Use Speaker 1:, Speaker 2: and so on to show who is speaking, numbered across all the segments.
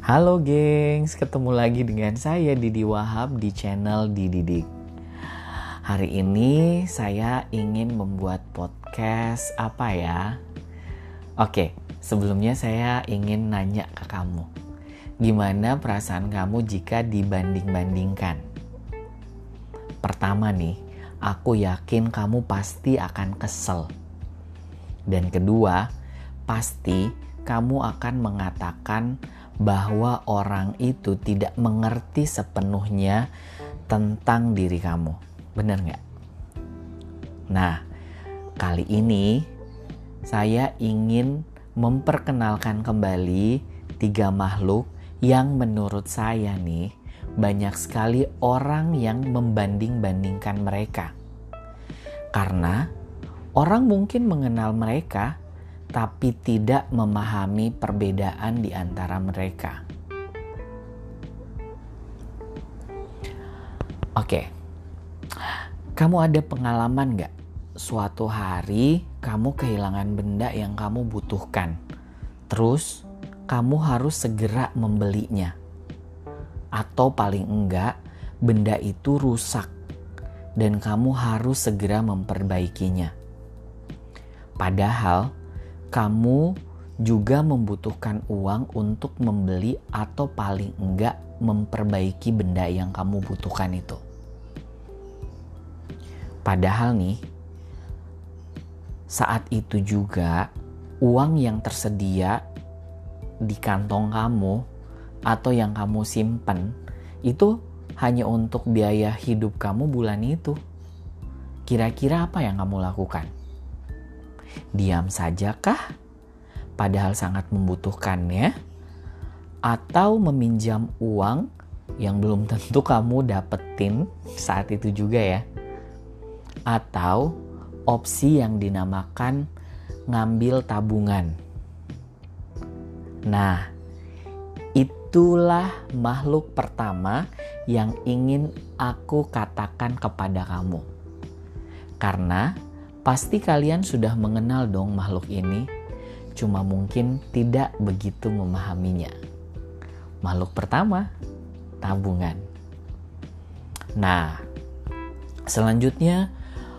Speaker 1: Halo gengs, ketemu lagi dengan saya Didi Wahab di channel Dididik. Hari ini saya ingin membuat podcast apa ya? Oke, sebelumnya saya ingin nanya ke kamu. Gimana perasaan kamu jika dibanding-bandingkan? Pertama nih, aku yakin kamu pasti akan kesel. Dan kedua, pasti kamu akan mengatakan bahwa orang itu tidak mengerti sepenuhnya tentang diri kamu. Benar nggak? Nah, kali ini saya ingin memperkenalkan kembali 3 makhluk yang menurut saya nih banyak sekali orang yang membanding-bandingkan mereka. Karena orang mungkin mengenal mereka tapi tidak memahami perbedaan di antara mereka. Oke, kamu ada pengalaman gak? Suatu hari kamu kehilangan benda yang kamu butuhkan. Terus kamu harus segera membelinya. Atau paling enggak, benda itu rusak dan kamu harus segera memperbaikinya. Padahal kamu juga membutuhkan uang untuk membeli atau paling enggak memperbaiki benda yang kamu butuhkan itu. Padahal nih, saat itu juga uang yang tersedia di kantong kamu atau yang kamu simpen itu hanya untuk biaya hidup kamu bulan itu. Kira-kira apa yang kamu lakukan? Diam saja kah? Padahal sangat membutuhkannya? Atau meminjam uang yang belum tentu kamu dapetin saat itu juga ya? Atau opsi yang dinamakan ngambil tabungan. Nah, itulah makhluk pertama yang ingin aku katakan kepada kamu. Karena pasti kalian sudah mengenal dong makhluk ini, cuma mungkin tidak begitu memahaminya. Makhluk pertama, tabungan. Nah, selanjutnya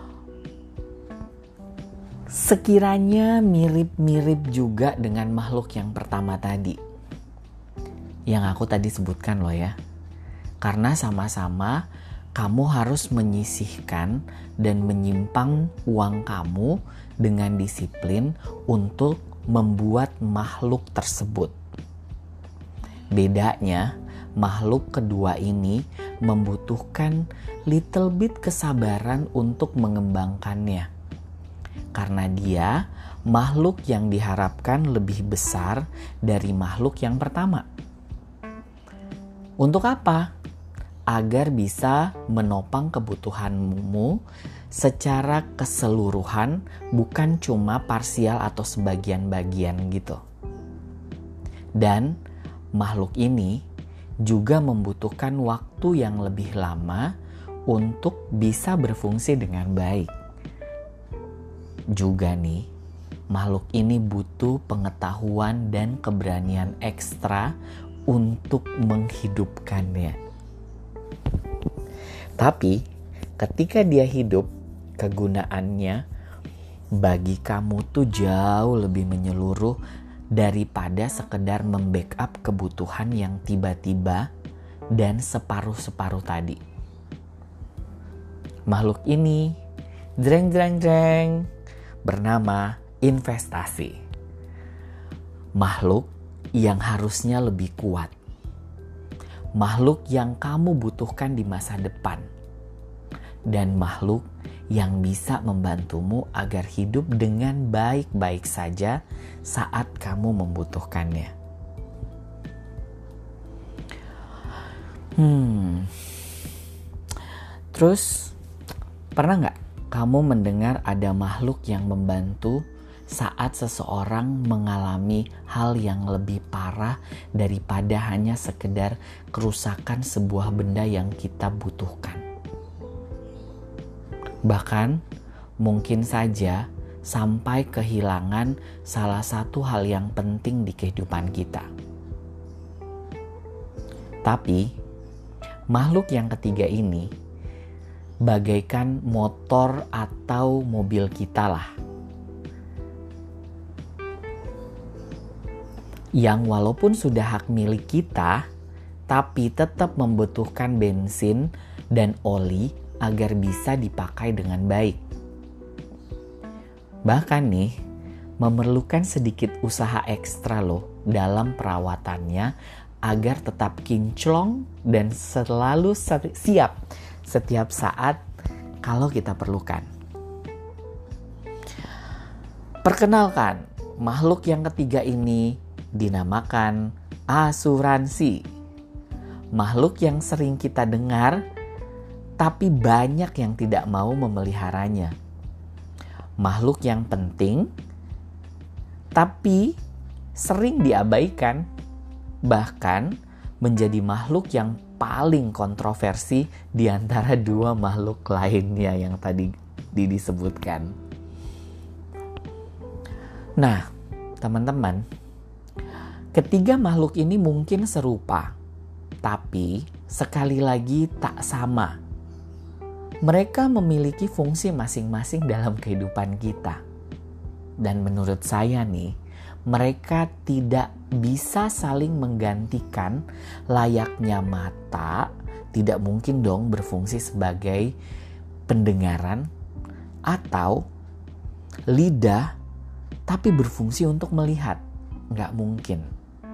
Speaker 1: sekiranya mirip-mirip juga dengan makhluk yang pertama tadi, yang aku tadi sebutkan loh ya. Karena sama-sama kamu harus menyisihkan dan menyimpan uang kamu dengan disiplin untuk membuat makhluk tersebut. Bedanya, makhluk kedua ini membutuhkan little bit kesabaran untuk mengembangkannya. Karena dia makhluk yang diharapkan lebih besar dari makhluk yang pertama. Untuk apa? Agar bisa menopang kebutuhanmu secara keseluruhan, bukan cuma parsial atau sebagian-bagian gitu. Dan makhluk ini juga membutuhkan waktu yang lebih lama untuk bisa berfungsi dengan baik. Juga nih, makhluk ini butuh pengetahuan dan keberanian ekstra untuk menghidupkannya. Tapi ketika dia hidup, kegunaannya bagi kamu tuh jauh lebih menyeluruh daripada sekedar membackup kebutuhan yang tiba-tiba dan separuh-separuh tadi. Makhluk ini jreng bernama investasi. Makhluk yang harusnya lebih kuat. Makhluk yang kamu butuhkan di masa depan. Dan makhluk yang bisa membantumu agar hidup dengan baik-baik saja saat kamu membutuhkannya. Terus, pernah nggak kamu mendengar ada makhluk yang membantu saat seseorang mengalami hal yang lebih parah daripada hanya sekedar kerusakan sebuah benda yang kita butuhkan? Bahkan mungkin saja sampai kehilangan salah satu hal yang penting di kehidupan kita. Tapi makhluk yang ketiga ini bagaikan motor atau mobil kita lah, yang walaupun sudah hak milik kita, tapi tetap membutuhkan bensin dan oli agar bisa dipakai dengan baik. Bahkan nih, memerlukan sedikit usaha ekstra loh dalam perawatannya agar tetap kinclong dan selalu siap setiap saat kalau kita perlukan. Perkenalkan, makhluk yang ketiga ini dinamakan asuransi. Makhluk yang sering kita dengar, tapi banyak yang tidak mau memeliharanya. Makhluk yang penting, tapi sering diabaikan. Bahkan menjadi makhluk yang paling kontroversi di antara dua makhluk lainnya yang tadi disebutkan. Nah, teman-teman, ketiga makhluk ini mungkin serupa, tapi sekali lagi tak sama. Mereka memiliki fungsi masing-masing dalam kehidupan kita. Dan menurut saya nih, mereka tidak bisa saling menggantikan. Layaknya mata, tidak mungkin dong berfungsi sebagai pendengaran, atau lidah tapi berfungsi untuk melihat. Nggak mungkin.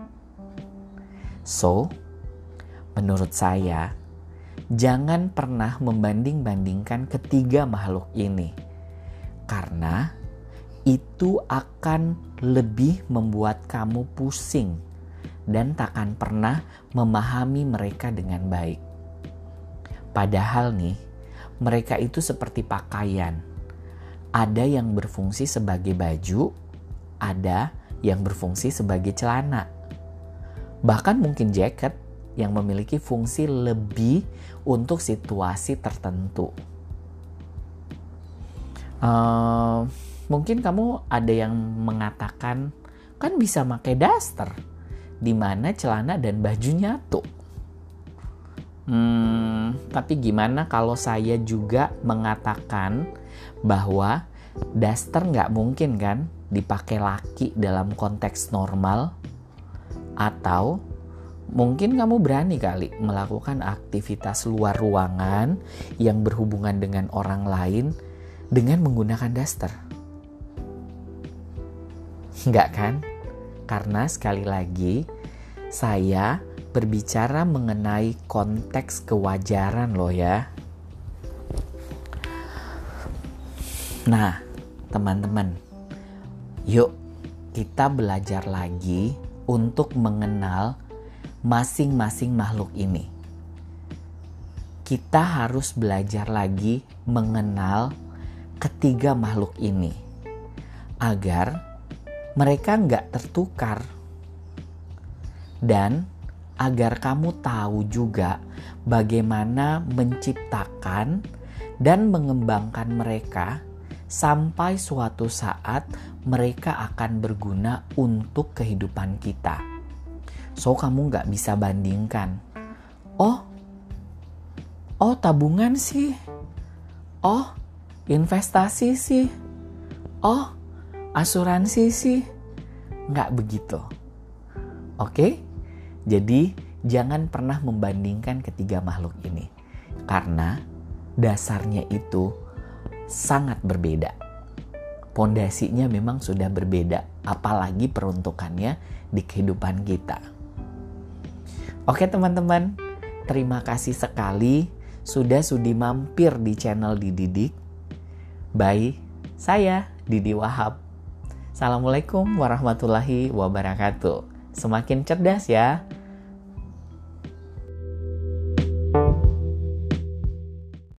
Speaker 1: So, menurut saya, jangan pernah membanding-bandingkan ketiga makhluk ini, karena itu akan lebih membuat kamu pusing dan takkan pernah memahami mereka dengan baik. Padahal nih, mereka itu seperti pakaian. Ada yang berfungsi sebagai baju, ada yang berfungsi sebagai celana. Bahkan mungkin jaket yang memiliki fungsi lebih untuk situasi tertentu. Mungkin kamu ada yang mengatakan, kan bisa pakai daster, di mana celana dan baju nyatu. Tapi gimana kalau saya juga mengatakan bahwa daster nggak mungkin kan dipakai laki dalam konteks normal? Atau mungkin kamu berani kali melakukan aktivitas luar ruangan yang berhubungan dengan orang lain dengan menggunakan daster. Enggak kan? Karena sekali lagi saya berbicara mengenai konteks kewajaran loh ya. Nah, teman-teman, yuk kita belajar lagi untuk mengenal masing-masing makhluk ini. Kita harus belajar lagi mengenal ketiga makhluk ini agar mereka nggak tertukar, dan agar kamu tahu juga bagaimana menciptakan dan mengembangkan mereka sampai suatu saat mereka akan berguna untuk kehidupan kita. So kamu nggak bisa bandingkan. Oh tabungan sih. Oh investasi sih. Oh asuransi sih. Nggak begitu. Oke? Jadi jangan pernah membandingkan ketiga makhluk ini. Karena dasarnya itu sangat berbeda. Pondasinya memang sudah berbeda. Apalagi peruntukannya di kehidupan kita. Oke teman-teman, terima kasih sekali sudah sudi mampir di channel Dididik. By saya, Didi Wahab. Assalamualaikum warahmatullahi wabarakatuh. Semakin cerdas ya.